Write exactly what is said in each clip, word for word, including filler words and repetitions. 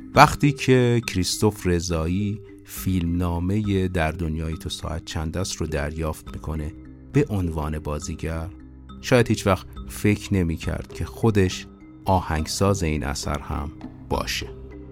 وقتی که کریستوف رضایی فیلمنامه در دنیای تو ساعت چند است رو دریافت میکنه به عنوان بازیگر، شاید هیچ وقت فکر نمی کرد که خودش آهنگساز این اثر هم باشه.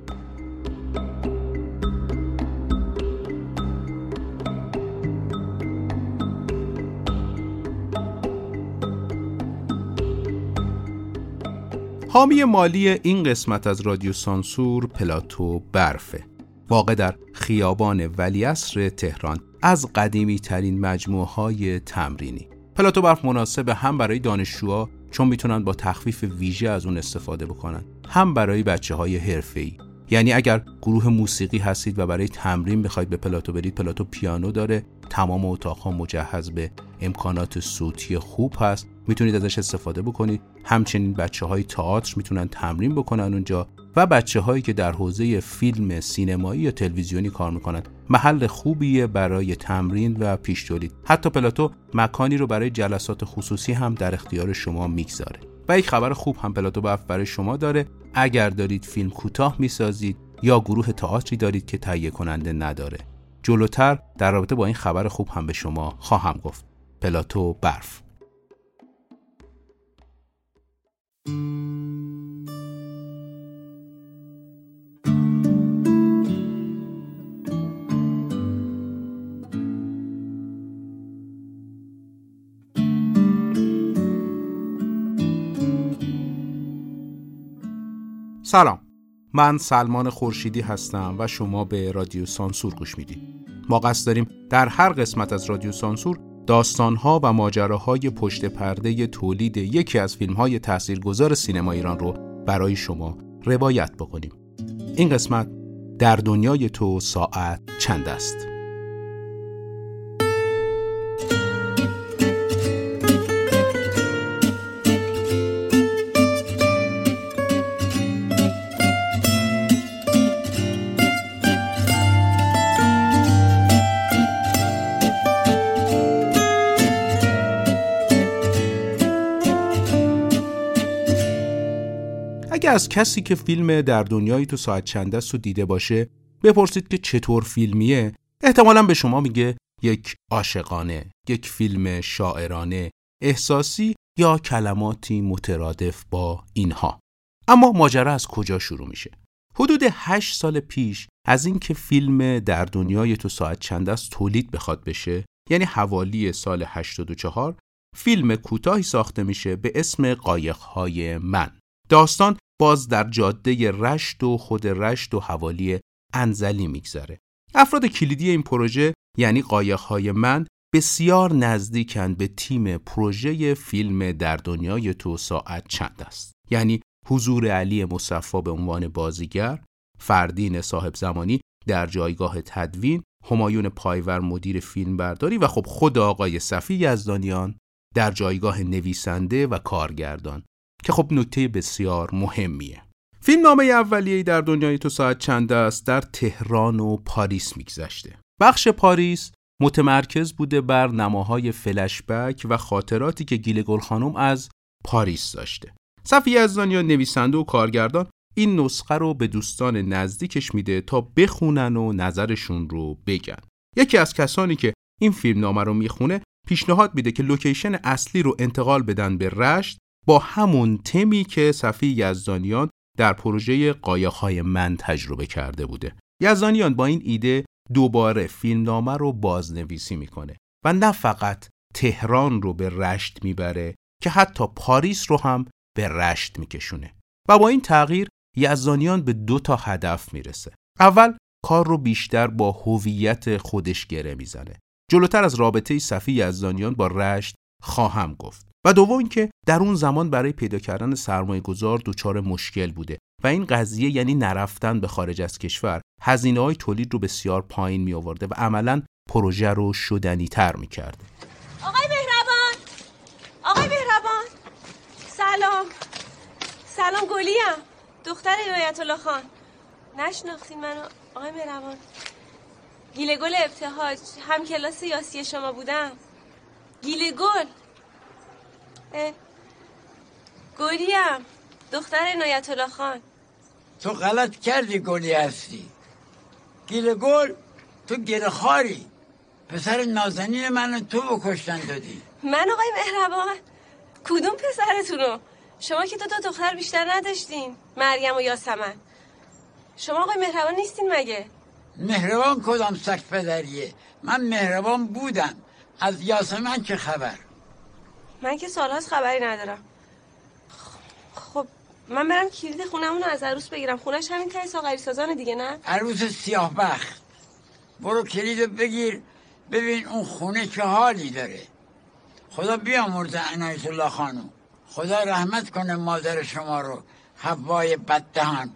حامی مالی این قسمت از رادیو سانسور پلاتو برفه، واقع در خیابان ولیعصر تهران، از قدیمی ترین مجموعه های تمرینی. پلاتو برف مناسب هم برای دانشجوها چون میتونن با تخفیف ویژه از اون استفاده بکنن، هم برای بچه های حرفه‌ای. یعنی اگر گروه موسیقی هستید و برای تمرین بخواید به پلاتو برید، پلاتو پیانو داره، تمام اتاق‌ها مجهز به امکانات صوتی خوب هست، میتونید ازش استفاده بکنید. همچنین بچه‌های تئاتر میتونن تمرین بکنن اونجا و بچه‌هایی که در حوزه فیلم سینمایی یا تلویزیونی کار میکنن، محل خوبیه برای تمرین و پیش تولید. حتی پلاتو مکانی رو برای جلسات خصوصی هم در اختیار شما میگذاره. و یک خبر خوب هم پلاتو برف برای شما داره. اگر دارید فیلم کوتاه میسازید یا گروه تئاتری دارید که تهیه کننده نداره، جلوتر در رابطه با این خبر خوب هم به شما خواهم گفت. پلاتو برف. سلام، من سلمان خورشیدی هستم و شما به رادیو سانسور گوش میدید. ما قصد داریم در هر قسمت از رادیو سانسور داستان‌ها و ماجراهای پشت پرده تولید یکی از فیلم‌های تاثیرگذار سینما ایران رو برای شما روایت بکنیم. این قسمت در دنیای تو ساعت چند است؟ اگه از کسی که فیلم در دنیای تو ساعت چند است رو دیده باشه بپرسید که چطور فیلمیه، احتمالاً به شما میگه یک عاشقانه، یک فیلم شاعرانه، احساسی یا کلماتی مترادف با اینها. اما ماجرا از کجا شروع میشه؟ حدود هشت سال پیش از این که فیلم در دنیای تو ساعت چند است تولید بخواد بشه، یعنی حوالی سال هشتاد و چهار، فیلم کوتاهی ساخته میشه به اسم قایق‌های من. داستان باز در جاده رشت و خود رشت و حوالی انزلی میگذره. افراد کلیدی این پروژه یعنی قایق‌های من بسیار نزدیکن به تیم پروژه فیلم در دنیای تو ساعت چند است. یعنی حضور علی مصفی به عنوان بازیگر، فردین صاحب زمانی در جایگاه تدوین، همایون پایور مدیر فیلمبرداری و خب خود آقای صفی یزدانیان در جایگاه نویسنده و کارگردان که خب نکته بسیار مهمیه. فیلمنامه اولیه‌ای در دنیای تو ساعت چند است در تهران و پاریس میگذشته. بخش پاریس متمرکز بوده بر نماهای فلشبک و خاطراتی که گیل گل خانم از پاریس داشته. صفی یزدانیان نویسنده و کارگردان این نسخه رو به دوستان نزدیکش میده تا بخونن و نظرشون رو بگن. یکی از کسانی که این فیلمنامه رو میخونه پیشنهاد میده که لوکیشن اصلی رو انتقال بدن به رشت با همون تمی که صفی یزدانیان در پروژه قایق‌های من تجربه کرده بوده. یزدانیان با این ایده دوباره فیلمنامه رو بازنویسی میکنه و نه فقط تهران رو به رشت میبره که حتی پاریس رو هم به رشت میکشونه. و با این تغییر یزدانیان به دو تا هدف میرسه. اول، کار رو بیشتر با هویت خودش گره میزنه. جلوتر از رابطه صفی یزدانیان با رشت خواهم گفت. و دوم اینکه در اون زمان برای پیدا کردن سرمایه‌گذار دچار مشکل بوده و این قضیه یعنی نرفتن به خارج از کشور هزینه‌های تولید رو بسیار پایین می آورده و عملاً پروژه رو شدنی‌تر می‌کرده. آقای مهربان، آقای مهربان، سلام. سلام، گلیم، دختر عنایت الله خان. نشناختین منو آقای مهربان؟ گیل گل ابتهاج، هم کلاس یاسی شما بودم. گیل گل. گلیم، دختر عنایت الله خان. تو غلط کردی گلی هستی. گیل گل تو گیل خاری. پسر نازنین منو تو بکشتن دادی. من آقای مهربان؟ کدوم پسرتونو؟ شما که دو تا دختر بیشتر نداشتین، مریم و یاسمن. شما آقای مهربان نیستین مگه؟ مهربان کدام سگ پدریه؟ من مهربان بودم. از یاسمن چه خبر؟ من که سالهاست خبری ندارم. خب من برم کلید خونمونو از عروس بگیرم. خونش همین ته ساغری سازانه دیگه، نه؟ عروس سیاه بخت. برو کلیدو بگیر ببین اون خونه چه حالی داره. خدا بیامرزه عنایت الله خانم. خدا رحمت کنه مادر شما رو، حوای بددهان.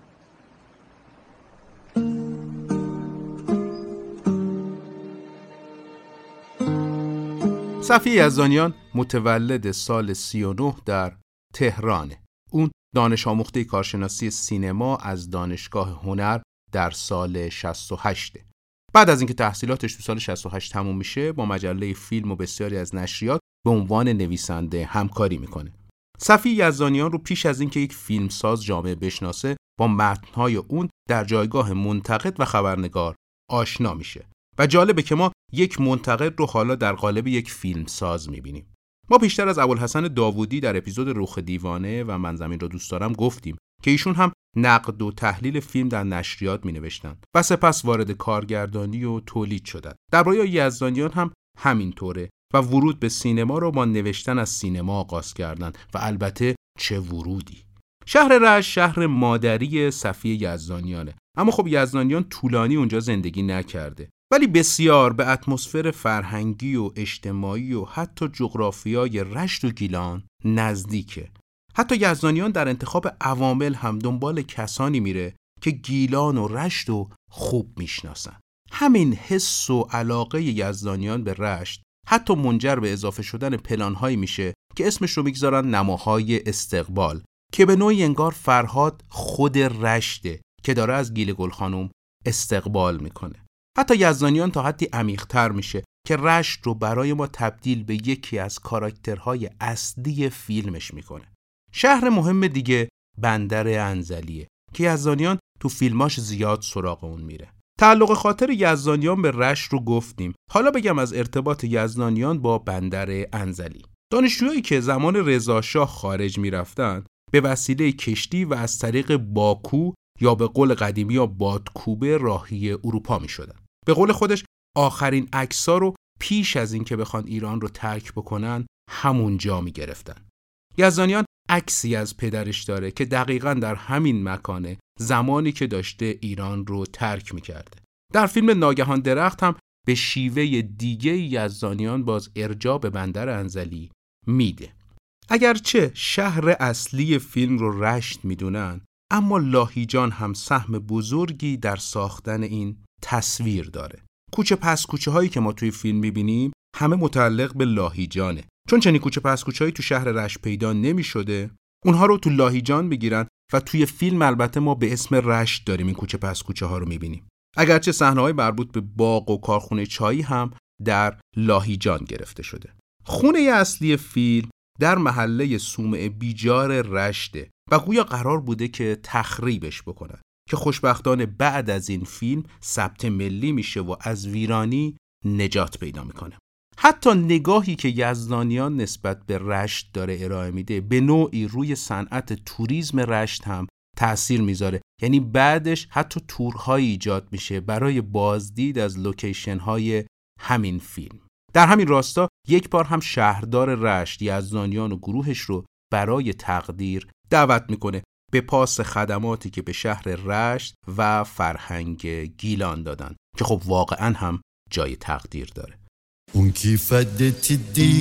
صفیه یزدانیان متولد سال سی و نه در تهرانه. اون دانش آموخته کارشناسی سینما از دانشگاه هنر در سال شصت و هشت. بعد از اینکه تحصیلاتش تو سال شصت و هشت تموم میشه با مجله فیلم و بسیاری از نشریات به عنوان نویسنده همکاری میکنه. صفیه یزدانیان رو پیش از اینکه یک فیلمساز جامعه بشناسه با متن‌های اون در جایگاه منتقد و خبرنگار آشنا میشه. و جالبه که ما یک منتقد رو حالا در قالب یک فیلمساز میبینیم. ما پیشتر از ابوالحسن داوودی در اپیزود رخ دیوانه و من زمین را دوست دارم گفتیم که ایشون هم نقد و تحلیل فیلم در نشریات مینوشتن و سپس وارد کارگردانی و تولید شدند. درباره یزدانیان هم همینطوره و ورود به سینما رو با نوشتن از سینما آغاز کردند و البته چه ورودی. شهر رشت شهر مادری صفیه یزدانیانه، اما خب یزدانیان طولانی اونجا زندگی نکرده، ولی بسیار به اتمسفر فرهنگی و اجتماعی و حتی جغرافیای رشت و گیلان نزدیکه. حتی یزدانیان در انتخاب عوامل هم دنبال کسانی میره که گیلان و رشت رو خوب میشناسن. همین حس و علاقه یزدانیان به رشت حتی منجر به اضافه شدن پلان‌هایی میشه که اسمش رو میگذارن نماهای استقبال، که به نوعی انگار فرهاد خود رشته که داره از گیل گل خانم استقبال میکنه. حتی یزدانیان تا حدی عمیق‌تر میشه که رشت رو برای ما تبدیل به یکی از کاراکترهای اصلی فیلمش میکنه. شهر مهم دیگه بندر انزلیه که یزدانیان تو فیلماش زیاد سراغ اون میره. تعلق خاطر یزدانیان به رشت رو گفتیم. حالا بگم از ارتباط یزدانیان با بندر انزلی. دانشجویی که زمان رضاشاه خارج میرفتن به وسیله کشتی و از طریق باکو یا به قول قدیمی ها بادکوبه راهی اروپا می شدن. به قول خودش آخرین عکس‌ها رو پیش از این که بخوان ایران رو ترک بکنن همونجا می گرفتن. یزدانیان عکسی از پدرش داره که دقیقاً در همین مکانه زمانی که داشته ایران رو ترک می کرده. در فیلم ناگهان درخت هم به شیوه دیگه یزدانیان باز ارجاع به بندر انزلی میده. اگرچه شهر اصلی فیلم رو رشت میدونن، اما لاهیجان هم سهم بزرگی در ساختن این تصویر داره. کوچه پس کوچه هایی که ما توی فیلم میبینیم همه متعلق به لاهیجانه، چون چنین کوچه پس کوچه هایی تو شهر رشت پیدا نمی شده. اونها رو تو لاهیجان میگیرن و توی فیلم البته ما به اسم رشت داریم این کوچه پس کوچه ها رو میبینیم. اگرچه صحنه‌های مربوط به باغ و کارخونه چایی هم در لاهیجان گرفته شده. خونه اصلی فیلم در محله صومعه بیجار رشته و گویا قرار بوده که تخریبش بکنن که خوشبختانه بعد از این فیلم ثبت ملی میشه و از ویرانی نجات پیدا میکنه. حتی نگاهی که یزدانیان نسبت به رشت داره ارائه میده به نوعی روی صنعت توریسم رشت هم تأثیر میذاره. یعنی بعدش حتی تورهایی ایجاد میشه برای بازدید از لوکیشن های همین فیلم. در همین راستا یک بار هم شهردار رشت یزدانیان و گروهش رو برای تقدیر دعوت میکنه به پاس خدماتی که به شهر رشت و فرهنگ گیلان دادن که خب واقعا هم جای تقدیر داره. اون کیفدتی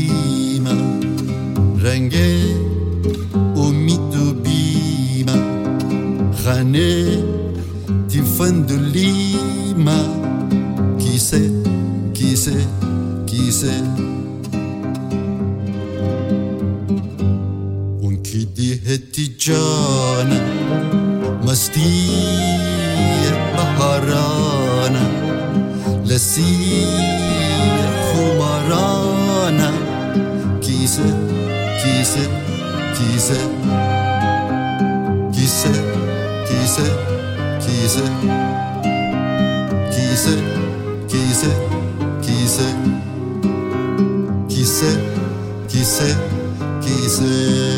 دیما رنگ امید و بیما خانه تیفندولیما کیسه کیسه کیسه اون کی دیهتی جانا مستی بهارانا لسی خمارانا کیسه کیسه کیسه کیسه کیسه kise kise kise kise kise kise kise kise.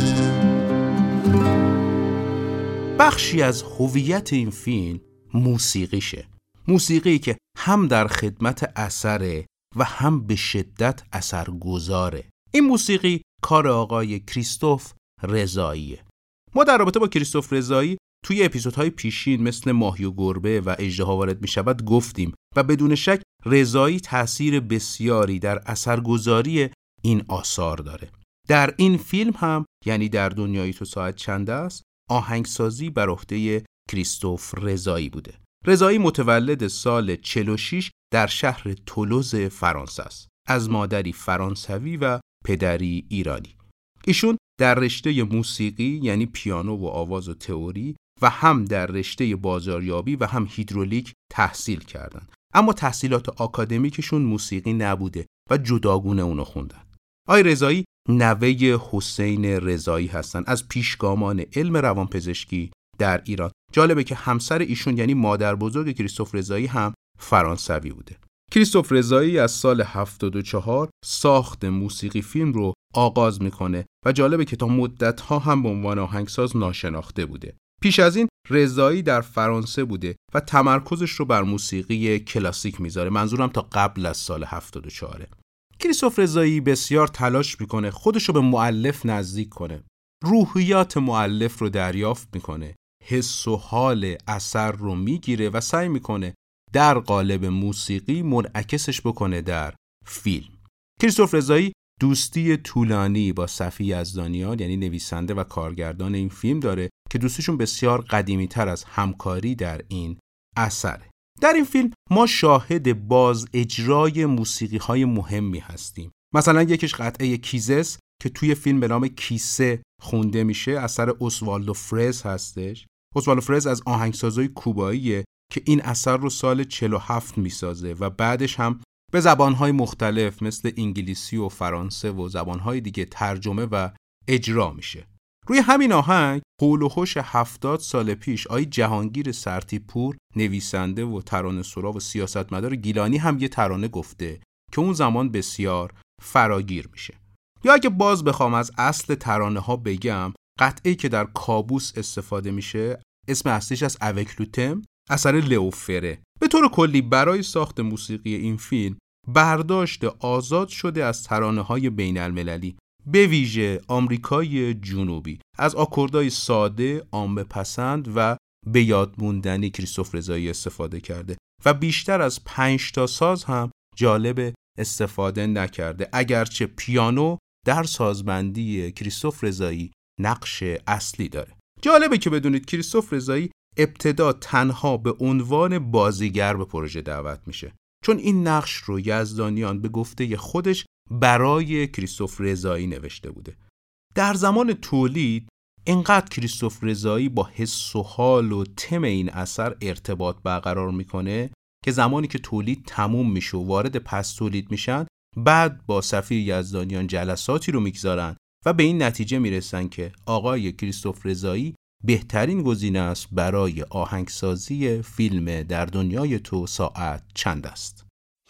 بخشی از هویت این فیلم موسیقیشه. موسیقی که هم در خدمت اثره و هم به شدت اثرگذاره. این موسیقی کار آقای کریستوف رضاییه. ما در رابطه با کریستوف رضایی توی اپیزودهای پیشین مثل ماهی و گربه و اژدها وارد می شود گفتیم و بدون شک رضایی تأثیر بسیاری در اثرگذاری این آثار داره. در این فیلم هم یعنی در دنیای تو ساعت چند است آهنگسازی بر عهده کریستوف رضایی بوده. رضایی متولد سال چهل و شش در شهر تولوز فرانسه است. از مادری فرانسوی و پدری ایرانی. ایشون در رشته موسیقی یعنی پیانو و آواز و تئوری و هم در رشته بازاریابی و هم هیدرولیک تحصیل کردند. اما تحصیلات آکادمیکشون موسیقی نبوده و جداگونه اونو خوندن. آقای رضایی نوه حسین رضایی هستن از پیشگامان علم روانپزشکی در ایران. جالبه که همسر ایشون یعنی مادر بزرگ کریستوف رضایی هم فرانسوی بوده. کریستوف رضایی از سال هفتاد و چهار ساخت موسیقی فیلم رو آغاز میکنه و جالبه که تا مدت‌ها هم به عنوان آهنگساز ناشناخته بوده. پیش از این رضایی در فرانسه بوده و تمرکزش رو بر موسیقی کلاسیک میذاره. منظورم تا قبل از سال هفتاد و چهار. کریستوف رضایی بسیار تلاش میکنه خودش رو به مؤلف نزدیک کنه. روحیات مؤلف رو دریافت میکنه. حس و حال اثر رو میگیره و سعی میکنه در قالب موسیقی منعکسش بکنه در فیلم. کریستوف رضایی دوستی طولانی با صفی یزدانیان یعنی نویسنده و کارگردان این فیلم داره که دوستیشون بسیار قدیمی تر از همکاری در این اثره. در این فیلم ما شاهد باز اجرای موسیقی های مهمی هستیم. مثلا یکیش قطعه کیزس که توی فیلم به نام کیسه خونده میشه اثر اوسوالدو فرز هستش. اوسوالدو فرز از آهنگسازای کوباییه که این اثر رو سال چهل و هفت میسازه و بعدش هم به زبانهای مختلف مثل انگلیسی و فرانسه و زبانهای دیگه ترجمه و اجرا میشه. روی همین آهنگ حول و حوش هفتاد سال پیش آقای جهانگیر سرتیپور نویسنده و ترانه‌سرا و سیاستمدار گیلانی هم یه ترانه گفته که اون زمان بسیار فراگیر میشه. یا اگه باز بخوام از اصل ترانه ها بگم، قطعه‌ای که در کابوس استفاده میشه اسم اصلیش از اوکلوتم اثر لئوفره. به طور کلی برای ساخت موسیقی این فیلم برداشت آزاد شده از ترانه‌های بین‌المللی به ویژه آمریکای جنوبی از آکوردهای ساده، عامه‌پسند و به یاد موندنی کریستوف رضایی استفاده کرده و بیشتر از پنج تا ساز هم جالب استفاده نکرده، اگرچه پیانو در سازبندی کریستوف رضایی نقش اصلی داره. جالبه که بدونید کریستوف رضایی ابتدا تنها به عنوان بازیگر به پروژه دعوت میشه، چون این نقش رو یزدانیان به گفته خودش برای کریستوف رضایی نوشته بوده. در زمان تولید انقدر کریستوف رضایی با حس و حال و تم این اثر ارتباط برقرار میکنه که زمانی که تولید تموم میشه و وارد پس تولید میشن، بعد با صفی یزدانیان جلساتی رو میگذارن و به این نتیجه میرسن که آقای کریستوف رضایی بهترین گزینه است برای آهنگسازی فیلم در دنیای تو ساعت چند است.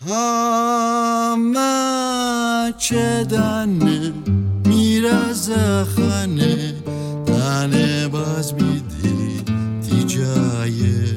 همه چه دنه میرزه خانه دنه باز بیدی تیجایه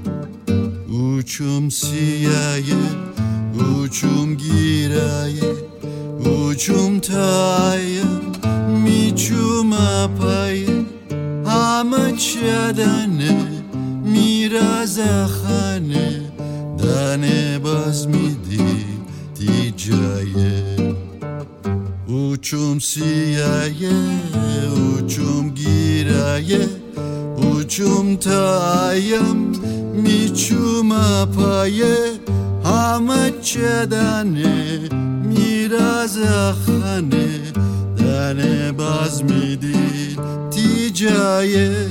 اوچوم سیایه اوچوم گیرایه اوچوم تایه میچوم اپایه همه چه دنه میرزه خانه دنه باز میدی تی جایه اوچوم سیایه اوچوم گیرایه اوچوم تایم میچوم اپایه همه چه دنه میرزه خانه دنه باز میدی تی جایه.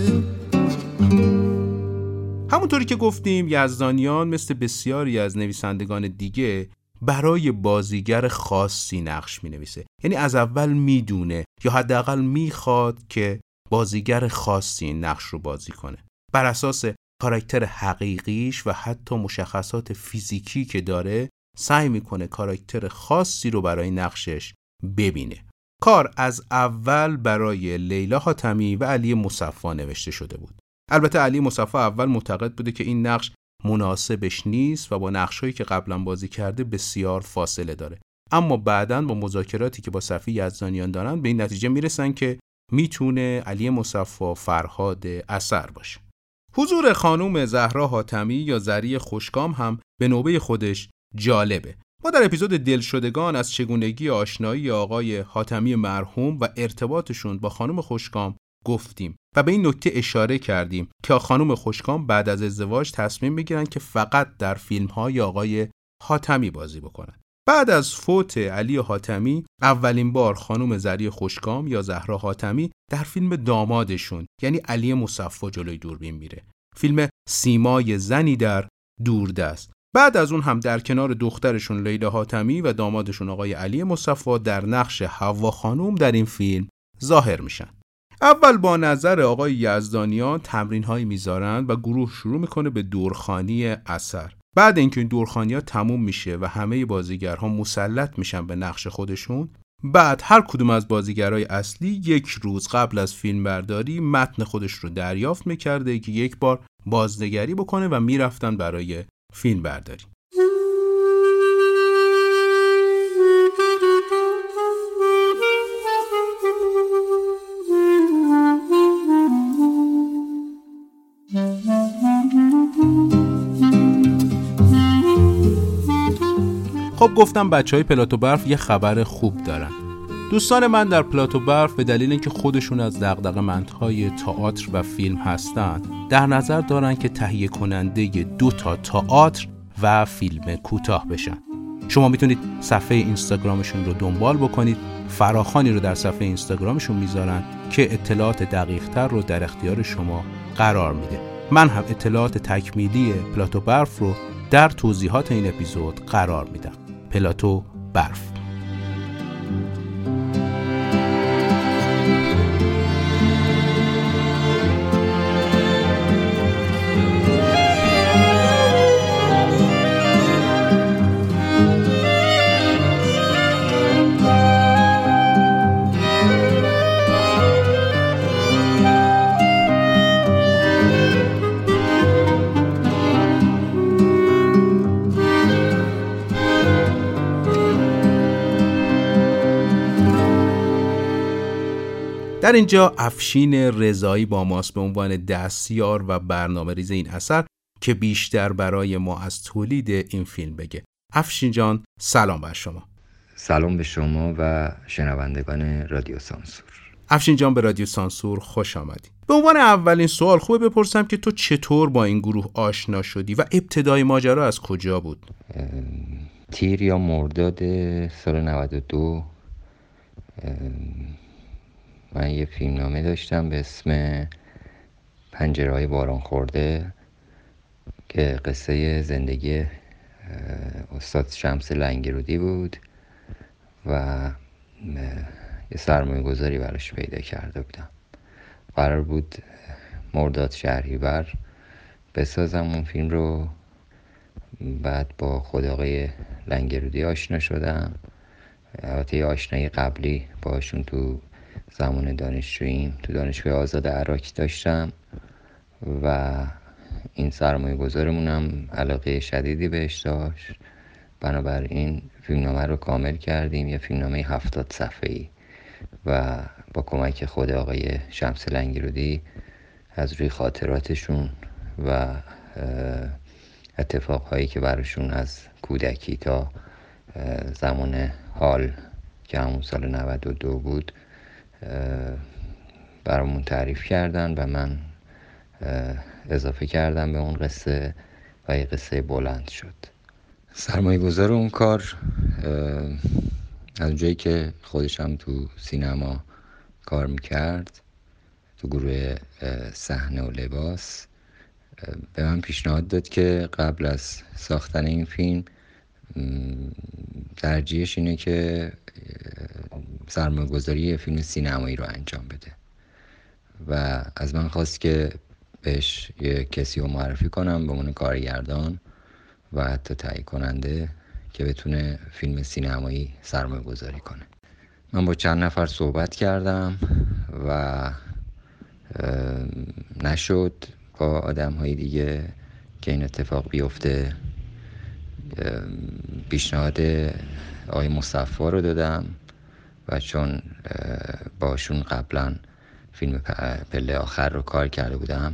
همونطوری که گفتیم یزدانیان مثل بسیاری از نویسندگان دیگه برای بازیگر خاصی نقش می نویسه، یعنی از اول می دونه یا حداقل می خواد که بازیگر خاصی نقش رو بازی کنه. بر اساس کاراکتر حقیقیش و حتی مشخصات فیزیکی که داره سعی میکنه کاراکتر خاصی رو برای نقشش ببینه. کار از اول برای لیلا حاتمی و علی مصفی نوشته شده بود. البته علی مصفی اول معتقد بوده که این نقش مناسبش نیست و با نقشایی که قبلا بازی کرده بسیار فاصله داره، اما بعداً با مذاکراتی که با صفی یزدانیان دارن به این نتیجه میرسن که میتونه علی مصفی فرهاد اثر باشه. حضور خانم زهرا حاتمی یا زری خوشگام هم به نوبه خودش جالبه. ما در اپیزود دلشدگان از چگونگی آشنایی آقای حاتمی مرحوم و ارتباطشون با خانم خوشگام گفتیم و به این نکته اشاره کردیم که خانم خوشگام بعد از ازدواج تصمیم میگیرن که فقط در فیلم‌های آقای حاتمی بازی بکنن. بعد از فوت علی حاتمی اولین بار خانم زری خوشگام یا زهرا حاتمی در فیلم دامادشون یعنی علی مصفی جلوی دوربین میره. فیلم سیمای زنی در دوردست. بعد از اون هم در کنار دخترشون لیلا حاتمی و دامادشون آقای علی مصفی در نقش حوا خانم در این فیلم ظاهر میشن. اول با نظر آقای یزدانیان تمرین‌هایی میذارن و گروه شروع میکنه به دورخوانی اثر. بعد اینکه این دورخوانی‌ها تموم میشه و همه بازیگرها مسلط میشن به نقش خودشون، بعد هر کدوم از بازیگرای اصلی یک روز قبل از فیلم برداری متن خودش رو دریافت میکرده که یک بار بازنگری بکنه و میرفتن برای فیلم برداری. خب گفتم بچهای پلاتو برف یه خبر خوب دارن. دوستان من در پلاتو برف به دلیل اینکه خودشون از دغدغه‌مندهای تئاتر و فیلم هستن در نظر دارن که تهیه کننده دو تا تئاتر و فیلم کوتاه بشن. شما میتونید صفحه اینستاگرامشون رو دنبال بکنید. فراخوانی رو در صفحه اینستاگرامشون میذارن که اطلاعات دقیق‌تر رو در اختیار شما قرار میده. من هم اطلاعات تکمیلی پلاتو برف رو در توضیحات این اپیزود قرار میدم. پلاتو برف. در اینجا افشین رضایی با ماست به عنوان دستیار و برنامه‌ریز این اثر که بیشتر برای ما از تولید این فیلم بگه. افشین جان سلام بر شما. سلام به شما و شنوندگان رادیو سانسور. افشین جان به رادیو سانسور خوش آمدی. به عنوان اولین سوال خوبه بپرسم که تو چطور با این گروه آشنا شدی و ابتدای ماجرا از کجا بود؟ تیر یا مرداد سال نود و دو من یه فیلمنامه داشتم به اسم پنجره‌های باران خورده که قصه زندگی استاد شمس لنگرودی بود و یه سرمایه گذاری براش پیدا کرده بودم. قرار بود مرداد شهریور بسازم اون فیلم رو. بعد با خود آقای لنگرودی آشنا شدم. البته یه آشنایی قبلی باشون تو زمان دانشجوییم تو دانشگاه آزاد عراق داشتم و این سرمایه گذارمونم علاقه شدیدی بهش داشت. بنابراین فیلمنامه رو کامل کردیم، یه فیلمنامه هفتاد صفحه‌ای و با کمک خود آقای شمس لنگرودی از روی خاطراتشون و اتفاقهایی که براشون از کودکی تا زمان حال که همون سال نود و دو بود برامون تعریف کردن و من اضافه کردم به اون قصه و یه قصه بلند شد. سرمایه گذار اون کار از اونجایی که خودش هم تو سینما کار میکرد تو گروه صحنه و لباس به من پیشنهاد داد که قبل از ساختن این فیلم ترجیحش اینه که سرمایه گذاری فیلم سینمایی رو انجام بده و از من خواست که بهش یه کسی رو معرفی کنم به عنوان کارگردان و حتی تهیه کننده که بتونه فیلم سینمایی سرمایه گذاری کنه. من با چند نفر صحبت کردم و نشد با آدم های دیگه که این اتفاق بیفته. پیشنهاد آقای مصطفی رو دادم و چون باشون قبلا فیلم پله آخر رو کار کرده بودم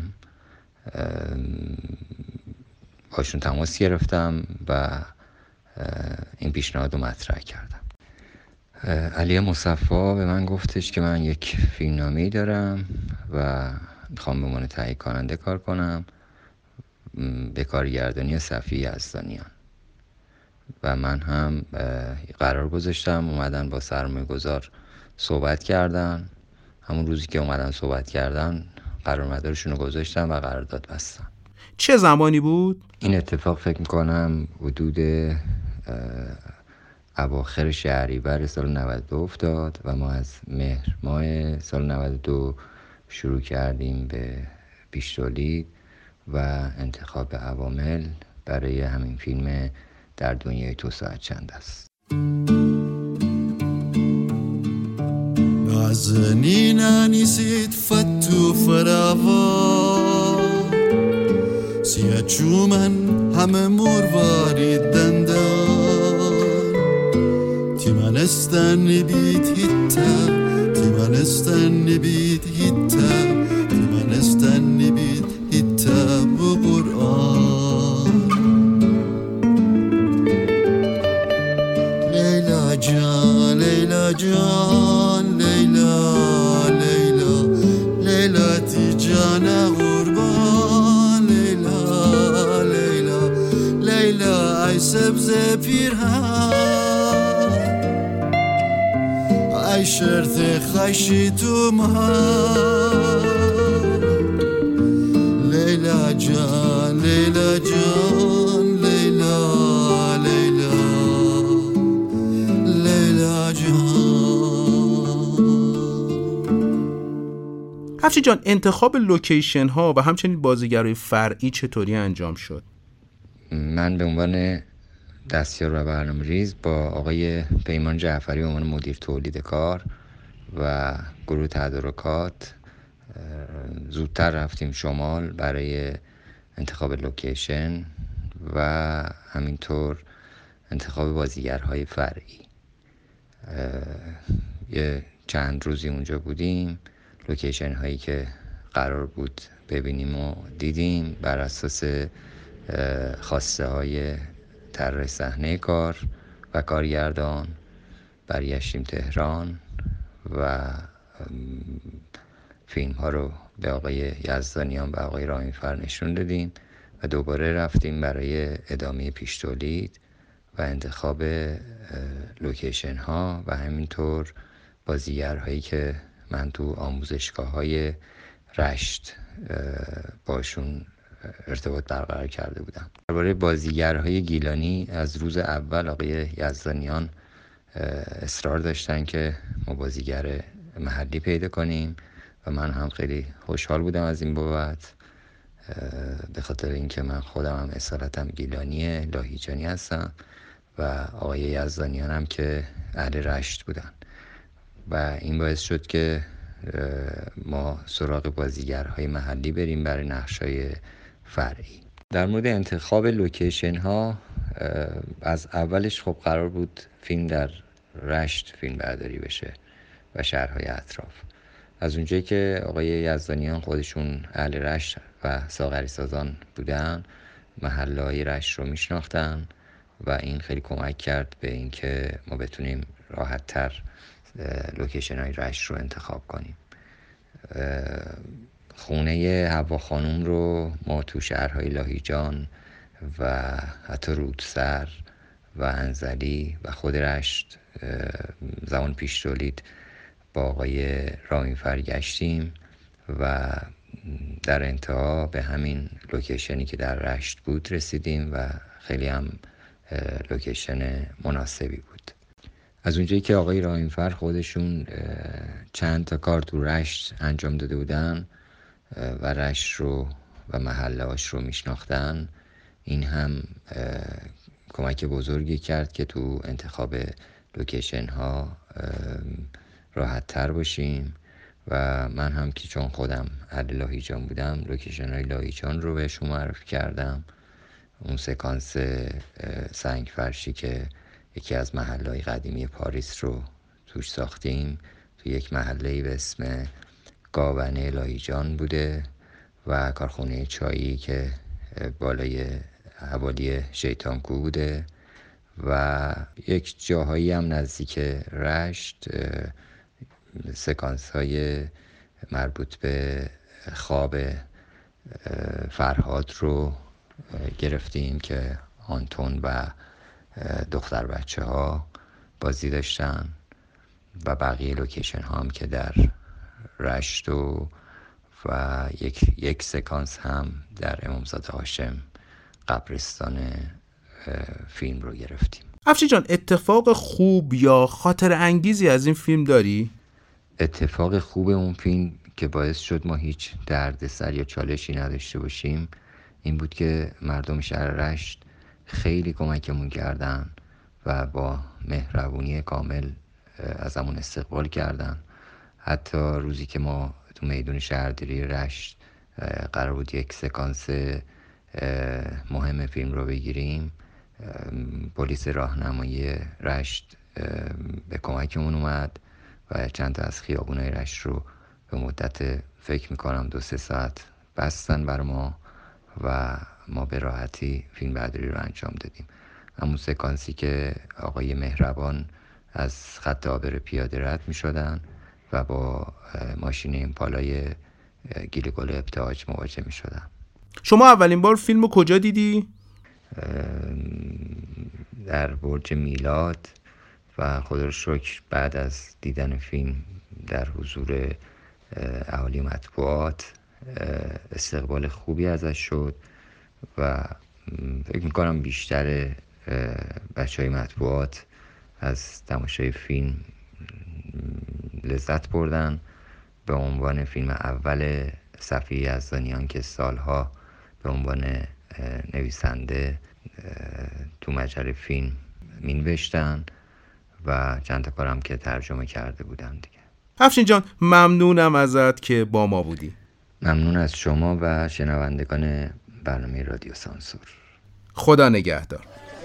باشون تماس گرفتم و این پیشنهاد رو مطرح کردم. علی مصطفی به من گفتش که من یک فیلمنامه‌ای دارم و میخوام به عنوان تهیه کننده کار کنم به کارگردانی صفی یزدانیان و من هم قرار گذاشتم اومدن با سرمایه گذار صحبت کردن. همون روزی که اومدن صحبت کردن قراردادشون رو گذاشتم و قرارداد بستم. چه زمانی بود؟ این اتفاق فکر میکنم حدود اواخر شهریور سال نود و دو افتاد و ما از مهر ماه سال نود و دو شروع کردیم به پیش تولید و انتخاب عوامل برای همین فیلم در دنیای تو ساعت چند است. نازنین نیست فتو فراوا سیا چومن همه مرواری دندان تیمانستان نبید هیتا تیمانستان نبید هیتا تیمانستان نبید هیتا بو قرآن لیلا جان لیلا جان لیلا لیلا لیلا تی جانا قربان لیلا لیلا لیلا ای سبز پیرهن ای شرط خشی تو مهان لیلا جان لیلا جان لیلا لیلا لیلا جان. افشین جان، انتخاب لوکیشن ها و همچنین بازیگرای فرعی چطوری انجام شد؟ من به عنوان دستیار و برنامه‌ریز با آقای پیمان جعفری به عنوان مدیر تولید کار و گروه تدارکات زودتر رفتیم شمال برای انتخاب لوکیشن و همینطور انتخاب بازیگرهای فرعی. یه چند روزی اونجا بودیم، لوکیشن هایی که قرار بود ببینیم و دیدیم. بر اساس خواسته های طراح صحنه کار و کارگردان برگشتیم تهران و فیلم ها رو به آقای یزدانیان و آقای راهینفر نشون دادیم و دوباره رفتیم برای ادامه پیش تولید و انتخاب لوکیشن ها و همینطور بازیگرهایی که من تو آموزشگاه های رشت باشون ارتباط برقرار کرده بودم. درباره بازیگرهای گیلانی از روز اول آقای یزدانیان اصرار داشتن که ما بازیگر محلی پیدا کنیم و من هم خیلی خوشحال بودم از این بابت، به خاطر اینکه من خودم هم اصالتم گیلانی لاهیجانی هستم و آقای یزدانیان هم که اهل رشت بودن و این باعث شد که ما سراغ بازیگرهای محلی بریم برای نقشای فرعی. در مورد انتخاب لوکیشن ها از اولش خب قرار بود فیلم در رشت فیلم برداری بشه و شهرهای اطراف. از اونجایی که آقای یزدانیان خودشون اهل رشت و ساغری سازان بودن، محله های رشت رو میشناختن و این خیلی کمک کرد به اینکه ما بتونیم راحت تر لوکیشن های رشت رو انتخاب کنیم. خونه حوا خانوم رو ما تو شهرهای لاهیجان و حتی رودسر و انزلی و خود رشت زمان پیش تولید با آقای راهینفر گشتیم و در انتها به همین لوکیشنی که در رشت بود رسیدیم و خیلی هم لوکیشن مناسبی بود. از اونجایی که آقای راهینفر خودشون چند تا کار تو رشت انجام داده بودن، و رشت رو و محله‌اش رو میشناختن، این هم کمک بزرگی کرد که تو انتخاب لوکیشن ها راحت تر باشیم. و من هم که چون خودم اهل لاهیجان بودم، لوکیشن های لاهیجان رو بهشون معرفی کردم. اون سکانس سنگ فرشی که یکی از محله‌های قدیمی پاریس رو توش ساختیم، تو یک محله به اسم گاونه لاهیجان بوده و کارخونه چایی که بالای حوالی شیطانکو بوده و یک جاهایی هم نزدیک رشت سکانس های مربوط به خواب فرهاد رو گرفتیم که آنتون و دختر بچه ها بازی داشتن و بقیه لوکیشن ها هم که در رشت و و یک, یک سکانس هم در امامزاده هاشم قبرستان فیلم رو گرفتیم. افشین جان، اتفاق خوب یا خاطر انگیزی از این فیلم داری؟ اتفاق خوب اون فیلم که باعث شد ما هیچ دردسر یا چالشی نداشته باشیم این بود که مردم شهر رشت خیلی کمکمون کردن و با مهربونی کامل ازمون استقبال کردن. حتی روزی که ما تو میدون شهرداری رشت قرار بود یک سکانس مهم فیلم رو بگیریم، پلیس راهنمایی رشت به کمکمون اومد و چند تا از خیابونای رشت رو به مدت فکر میکنم دو سه ساعت بستن بر ما و ما به راحتی فیلم برداری رو انجام دادیم. همون سکانسی که آقای مهربان از خط عابر پیاده رد میشدن و با ماشین ایمپالای گیل گل ابتهاج مواجه میشدن. شما اولین بار فیلم رو کجا دیدی؟ در برج میلاد و خدا رو شکر بعد از دیدن فیلم در حضور اهالی مطبوعات استقبال خوبی ازش شد و فکر میکنم بیشتر بچه های مطبوعات از تماشای فیلم لذت بردن. به عنوان فیلم اول صفی یزدانیان که سالها به عنوان نویسنده تو مجله فیلم مینوشتن و چند تا کارم که ترجمه کرده بودن دیگه. افشین جان، ممنونم ازت که با ما بودی. ممنون از شما و شنوندگان برنامه رادیو سانسور. خدا نگهدار.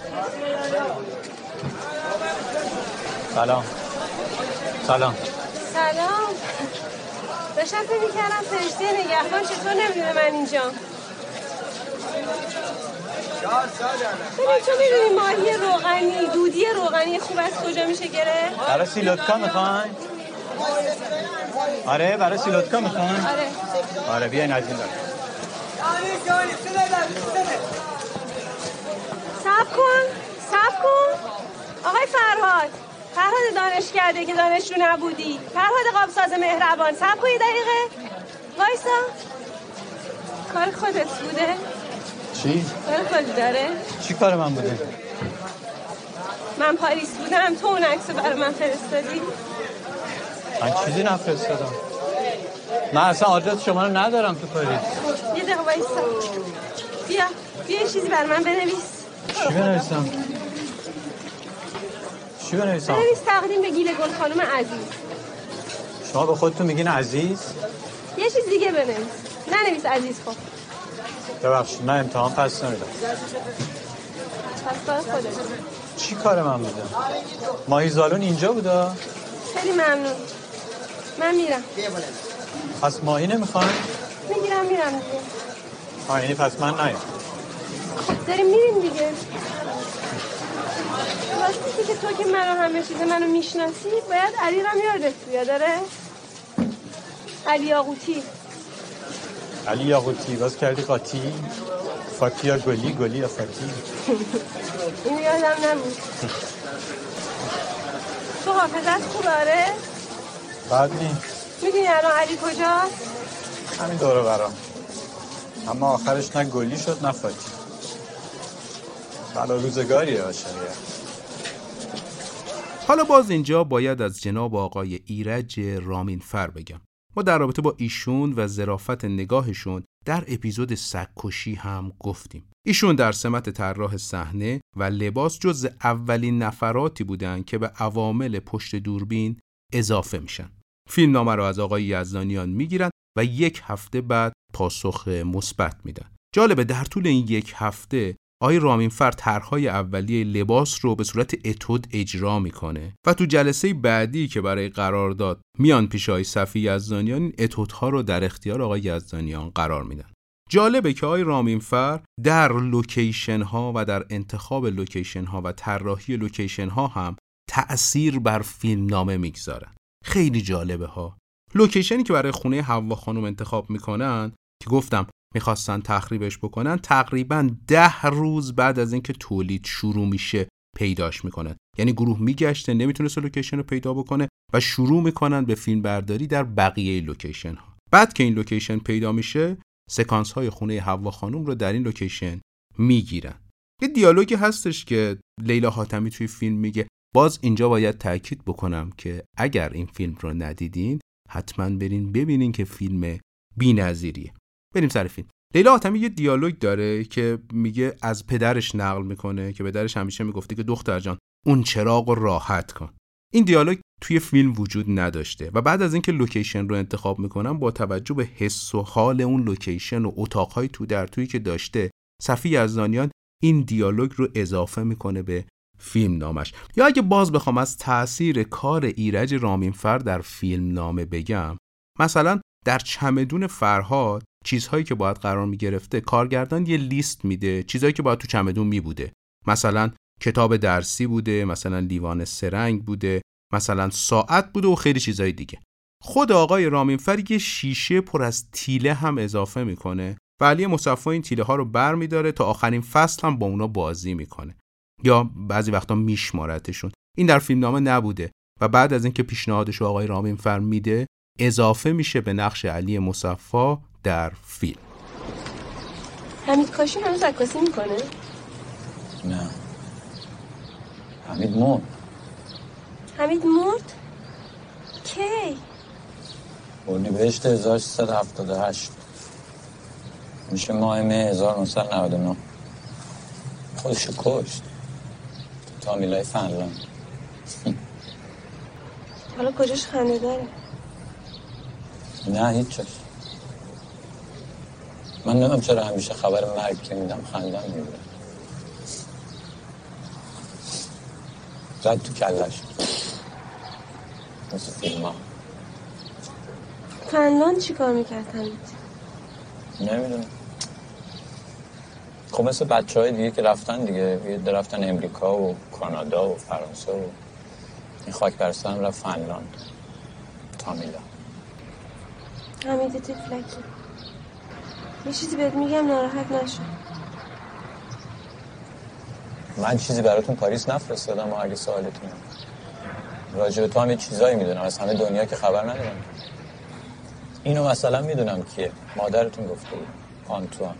سلام. سلام. سلام. داشتم فکر می‌کردم فرشته نگهبان چطور نمیدونه من اینجام. ببین تو میدونی ماهی روغنی، دودی روغنی خوب از کجا میشه گرفت؟ برای سیلوتکا میخواین؟ آره برای سیلوتکا میخواین؟ آره. آره بیاین از این دارم. صبر کن، صبر کن. آقای فرهاد، فرهاد دانشکده که دانشجو نبودی، فرهاد قابساز مهربان، صبر کن یه دقیقه. وایسا. کار خودت بوده؟ چی؟ کار خودت داره؟ چی کار من بوده؟ من پاریس بودم، تو اون عکسو برای من فرستادی؟ من چیزی نفرستادم. من اصلا آدرس شما رو ندارم تو پاریس. یه دقیقه وایسا. بیا، بیا یه چیزی برای من بنویس. چی بنویسم؟ چی بنویسم؟ بنویس تقدیم به گیل گل خانم عزیز. شما به خودتون میگین عزیز؟ یه چیز دیگه بنویس. ننویس عزیز. خب ببخشید من امتحان پس نمیدم. پس کار خودت. چی کار من بوده؟ ماهی زالون اینجا بوده؟ خیلی ممنون. من میرم. پس ماهی نمیخواین؟ میگیرم میرم دیگه. آه یعنی پس من نیم. خب داریم میریم دیگه. راستی که تو که منو همه چیز منو میشناسی باید علی رام یادت بیاد. داره؟ علی یاقوتی. علی یاقوتی باز کردی قاطی؟ فاتی یا گلی، گلی یا فاتی؟ این یادم نبود. تو حافظت خوب آره؟ بعد نی میدونی الان علی کجاست؟ همین دوره برام. اما آخرش نه گلی شد نه فاتی. بلا روزگاریه عاشقیه. حالا باز اینجا باید از جناب آقای ایرج رامین فر بگم. ما در رابطه با ایشون و ظرافت نگاهشون در اپیزود سگ‌کشی هم گفتیم. ایشون در سمت طراح صحنه و لباس جز اولین نفراتی بودن که به عوامل پشت دوربین اضافه میشن. فیلم نامه رو از آقای یزدانیان میگیرن و یک هفته بعد پاسخ مثبت میدن. جالبه در طول این یک هفته آقای رامینفر طرح‌های اولیه لباس رو به صورت اتود اجرا میکنه و تو جلسه بعدی که برای قرارداد میان پیش آقای صفی یزدانیان، این اتودها رو در اختیار آقای یزدانیان قرار میدن. جالبه که آقای رامینفر در لوکیشن ها و در انتخاب لوکیشن ها و طراحی لوکیشن ها هم تأثیر بر فیلم نامه میگذارن. خیلی جالبه ها. لوکیشنی که برای خونه حوا خانم انتخاب میکنن که گفتم میخواستن تخریبش بکنن، تقریباً ده روز بعد از اینکه تولید شروع میشه پیداش میکنن. یعنی گروه میگشته نمیتونست لوکیشن رو پیدا بکنه و شروع میکنن به فیلم برداری در بقیه لوکیشن ها. بعد که این لوکیشن پیدا میشه، سکانس های خونه حوا خانم رو در این لوکیشن میگیرن. یه دیالوگی هستش که لیلا حاتمی توی فیلم میگه، باز اینجا باید تاکید بکنم که اگر این فیلم رو ندیدین حتما برین ببینین که فیلم بی‌نظیریه. بریم سر فیلم. لیلا حاتمی یه دیالوگ داره که میگه، از پدرش نقل میکنه که پدرش همیشه میگفته که دختر جان اون چراغ رو راحت کن. این دیالوگ توی فیلم وجود نداشته و بعد از اینکه لوکیشن رو انتخاب میکنن، با توجه به حس و حال اون لوکیشن و اتاقهای تو در تویی که داشته، صفی یزدانیان این دیالوگ رو اضافه میکنه به فیلم نامش. یا اگه باز بخوام از تأثیر کار ایرج رامینفر در فیلم نامه بگم، مثلا در چمدون فرهاد چیزهایی که باید قرار میگرفته، کارگردان یه لیست میده چیزهایی که باید تو چمدون میبوده. مثلا کتاب درسی بوده، مثلا لیوان سرنگ بوده، مثلا ساعت بوده و خیلی چیزهای دیگه. خود آقای رامینفر یه شیشه پر از تیله هم اضافه میکنه و علی مصفی این تیله ها رو بر میداره تا آخرین فصل هم با اونا بازی میکنه یا بعضی وقتا میشمارتشون. این در فیلم نامه نبوده و بعد از اینکه پیشنهادش آقای رامینفر میده، اضافه میشه به نقش علی مصفی در فیلم. حمید کاشی هنوز عکاسی میکنه؟ نه، حمید مرد. حمید مرد؟ کی؟ اردیبهشت هزار و سیصد و هفتاد و هشت، میشه ماه مه هزار و نهصد و نود و نه. خودشو کشت تامیلای فنلاند. حالا کجاش خنده داره؟ نه هیچش. من نمیدونم چرا همیشه خبر مرگ که میدم خندم میگیره. زد تو کلش مثل فیلم ها. فنلاند چی کار میکرد حمید؟ نمیدونم. خب مثل بچه های دیگه که رفتن دیگه، رفتن امریکا و کانادا و فرانسه و این خاک برسن رفت فنلاند. تامیلا. حمید تفلکی، یه چیزی بهت میگم ناراحت نشو. من چیزی براتون پاریس نفرستادم و اگه سوالتونه راجع به تو هم یه چیزایی میدونم از همه دنیا که خبر ندارم. اینو مثلا میدونم که مادرتون گفته بود، آنتوان.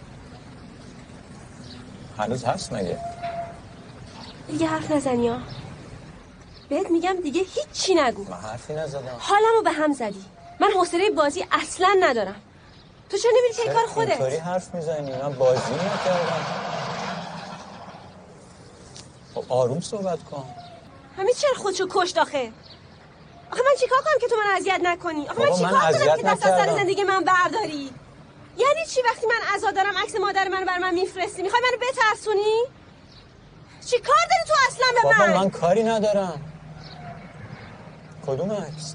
هنوز هست مگه؟ دیگه حرف نزنی ها. بهت میگم دیگه هیچی نگو. من حرفی نزدم. حالمو به هم زدی. من حوصله بازی اصلا ندارم. تو چرا نمیری پی کار خودت؟ اینطوری حرف میزنی؟ من بازی نکردم. خب آروم صحبت کن. همین چرا خودشو کشت آخه؟ آخه من چیکار کنم که تو من اذیت نکنی؟ آخه من چیکار کنم که دست از سر زندگی من برداری؟ یعنی چی وقتی من عزا دارم عکس مادر منو بر من میفرستی؟ میخوای منو بترسونی؟ چی کار داری تو اصلا به بابا من؟ من کاری ندارم. کدوم عکس؟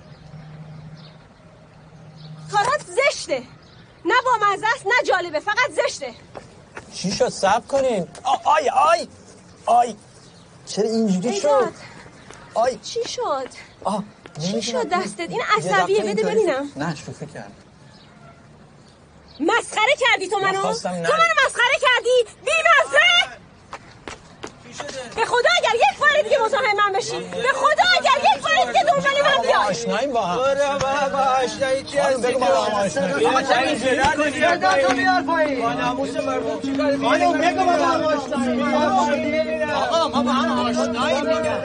کارات زشته. نه با مزه است نه جالبه، فقط زشته. چی شد؟ صبر کنین. آی آی آی چرا اینجوری شد؟ آی چی شد؟ آه چی شد دستت؟ این عصبیه، بده ببینم. نه شوخی کردم. مسخره کردی تو منو؟ تو نر... منو مسخره کردی؟ بی مزه؟ به خدا اگر یک بار دیگه مزاحم من بشی، به خدا اگر یک بار دیگه دنبال من بیای. آشناییم با هم. برو بابا آشنایی چی هستی؟ بگو با هم آشنایی. آقا چرا اینجوری کنی؟ صدا تو بیار پایین. با ناموس مردم چیکار می‌کنی؟ خانم بگو با هم آشنایی. آقا ما با هم آشنایی میگم.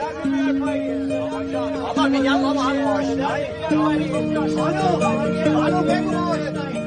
آقا میگم ما با هم آشنایی. خانم بگو آشنایی.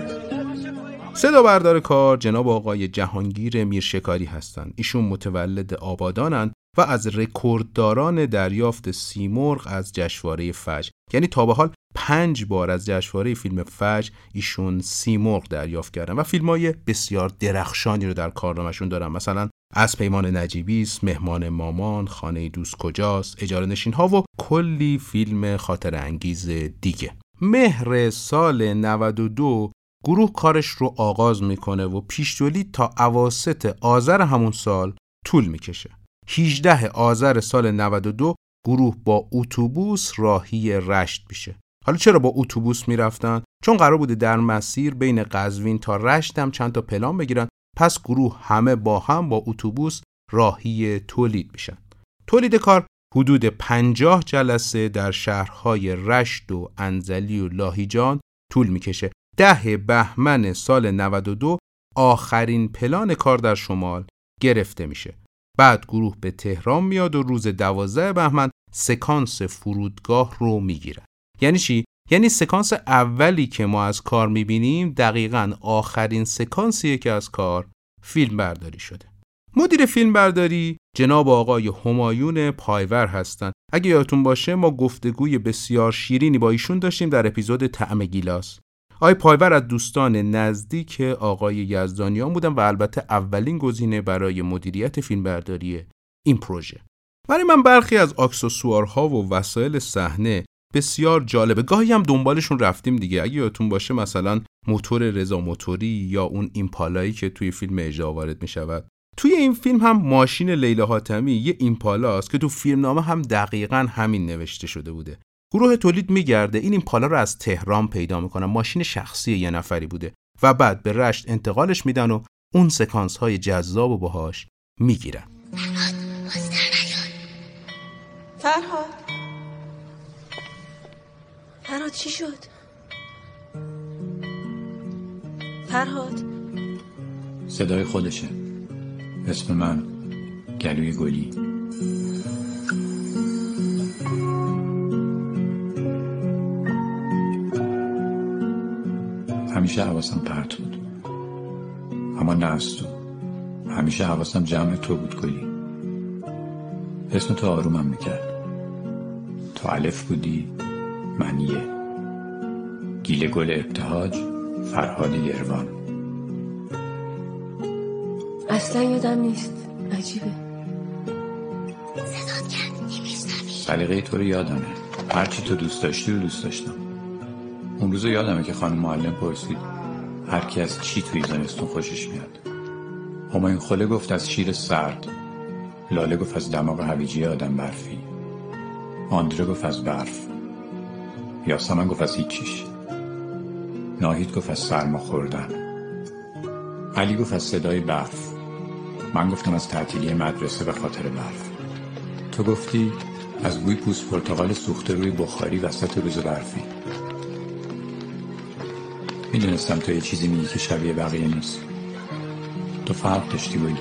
صدا بردار کار جناب آقای جهانگیر میرشکاری هستند. ایشون متولد آبادانند و از رکوردداران دریافت سیمرغ از جشنواره فجر. یعنی تا به حال پنج بار از جشنواره فیلم فجر ایشون سیمرغ دریافت کردن و فیلم‌های بسیار درخشانی رو در کارنامه‌شون دارن. مثلا از پیمان نجیبی است، مهمان مامان، خانه دوست کجاست، اجاره نشین ها و کلی فیلم خاطر انگیز دیگه. مهر سال نود و دو گروه کارش رو آغاز میکنه و پیش تولید تا اواسط آذر همون سال طول میکشه. هجدهم آذر سال نود و دو گروه با اتوبوس راهی رشت میشه. حالا چرا با اتوبوس میرفتن؟ چون قرار بوده در مسیر بین قزوین تا رشت هم چند تا پلان بگیرن. پس گروه همه با هم با اتوبوس راهی تولید میشن. تولید کار حدود پنجاه جلسه در شهرهای رشت و انزلی و لاهیجان طول میکشه. ده بهمن سال نود و دو آخرین پلان کار در شمال گرفته میشه. بعد گروه به تهران میاد و روز دوازده بهمن سکانس فرودگاه رو میگیره. یعنی چی؟ یعنی سکانس اولی که ما از کار میبینیم دقیقاً آخرین سکانسیه که از کار فیلم برداری شده. مدیر فیلم برداری جناب آقای همایون پایور هستن. اگه یادتون باشه ما گفتگوی بسیار شیرینی با ایشون داشتیم در اپیزود طعم گیلاس. آقای پایور از دوستان نزدیک آقای یزدانیان بودن و البته اولین گزینه برای مدیریت فیلمبرداری این پروژه. برای من برخی از اکسسوارها و وسایل صحنه بسیار جالبه. گاهی هم دنبالشون رفتیم دیگه. اگه یادتون باشه مثلا موتور رضا موتوری یا اون ایمپالایی که توی فیلم اجرا وارد می‌شود. توی این فیلم هم ماشین لیلا حاتمی یه ایمپالاست که تو فیلمنامه هم دقیقاً همین نوشته شده بوده. گروه تولید میگرده این ایمپالا رو از تهران پیدا میکنن. ماشین شخصی یه نفری بوده و بعد به رشت انتقالش میدن و اون سکانس های جذاب و باهاش میگیرن. فرهاد فرهاد چی شد؟ فرهاد صدای خودشه. اسم من گلوی گلی. همیشه حواسم پرت بود، اما نه از تو. همیشه حواسم جمع تو بود گلی. اسم تو آرومم میکرد. تو الف بودی، من یه. گیل گل ابتهاج، فرهاد یروان. اصلا یادم نیست. عجیبه. صدات کرد نمیشنوی. سلیقه تو رو یادمه. هرچی تو دوست داشتی رو دوست داشتم. اون روزو یادمه که خانم معلم پرسید هر کی از چی توی زمستون خوشش میاد. همایون خله گفت از شیر سرد، لاله گفت از دماغ هویجی آدم برفی، آندره گفت از برف، یاسمن گفت از هیچیش، ناهید گفت از سرما خوردن، علی گفت از صدای برف، من گفتم از تعطیلی مدرسه به خاطر برف، تو گفتی از بوی پوست پرتقال سوخته روی بخاری وسط روز برفی. میدونستم تو یه چیزی میگی که شبیه بقیه نیست. تو فرق داشتی بودی.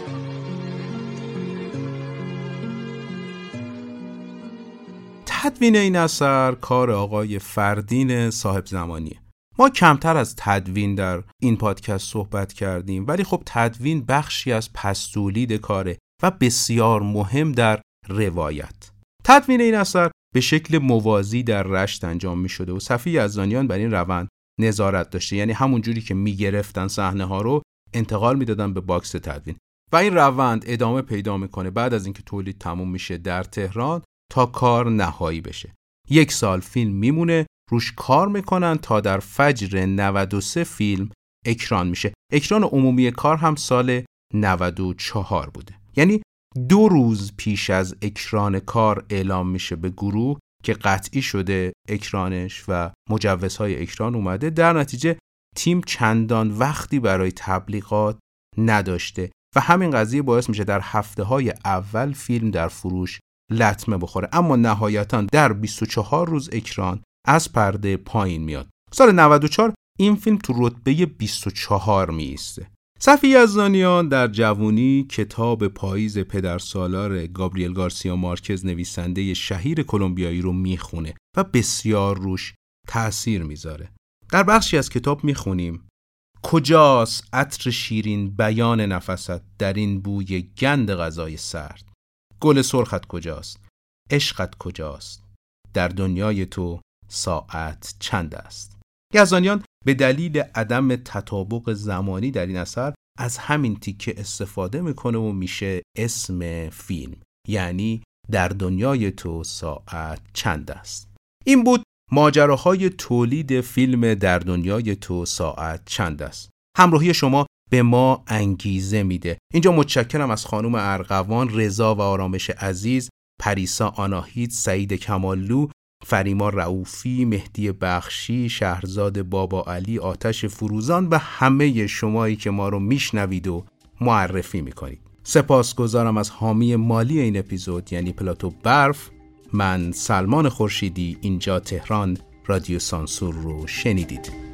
تدوین این اثر کار آقای فردین صاحب زمانیه. ما کمتر از تدوین در این پادکست صحبت کردیم، ولی خب تدوین بخشی از پس‌تولید کاره و بسیار مهم در روایت. تدوین این اثر به شکل موازی در رشت انجام می شده و صفی یزدانیان بر این روند نظارت داشته. یعنی همون جوری که می گرفتن صحنه ها رو انتقال می دادن به باکس تدوین و این روند ادامه پیدا میکنه بعد از اینکه تولید تموم میشه در تهران تا کار نهایی بشه. یک سال فیلم میمونه روش کار میکنن تا در فجر نود و سه فیلم اکران میشه. اکران عمومی کار هم سال نود و چهار بوده. یعنی دو روز پیش از اکران کار اعلام میشه به گروه که قطعی شده اکرانش و مجوزهای اکران اومده. در نتیجه تیم چندان وقتی برای تبلیغات نداشته. و همین قضیه باعث میشه در هفته های اول فیلم در فروش لطمه بخوره، اما نهایتاً در بیست و چهار روز اکران از پرده پایین میاد. سال نود و چهار این فیلم تو رتبه بیست و چهار می ایسته. صفی یزدانیان در جوانی کتاب پاییز پدرسالار گابریل گارسیا مارکز نویسنده شهیر کلمبیایی رو میخونه و بسیار روش تأثیر میذاره. در بخشی از کتاب میخونیم: کجاست عطر شیرین بیان نفست در این بوی گند غذای سرد؟ گل سرخت کجاست؟ عشقت کجاست؟ در دنیای تو ساعت چند است؟ یزدانیان به دلیل عدم تطابق زمانی در این اثر از همین تیکه استفاده میکنه و میشه اسم فیلم، یعنی در دنیای تو ساعت چند است. این بود ماجراهای تولید فیلم در دنیای تو ساعت چند است. همراهی شما به ما انگیزه میده. اینجا متشکرم از خانم ارغوان، رضا و آرامش عزیز، پریسا آناهید، سعید کماللو، فریما رؤوفی، مهدی بخشی، شهرزاد بابا علی، آتش فروزان و همه شمایی که ما رو میشنوید و معرفی میکنید. سپاسگزارم از حامی مالی این اپیزود یعنی پلاتو برف. من سلمان خورشیدی، اینجا تهران، رادیو سانسور رو شنیدید.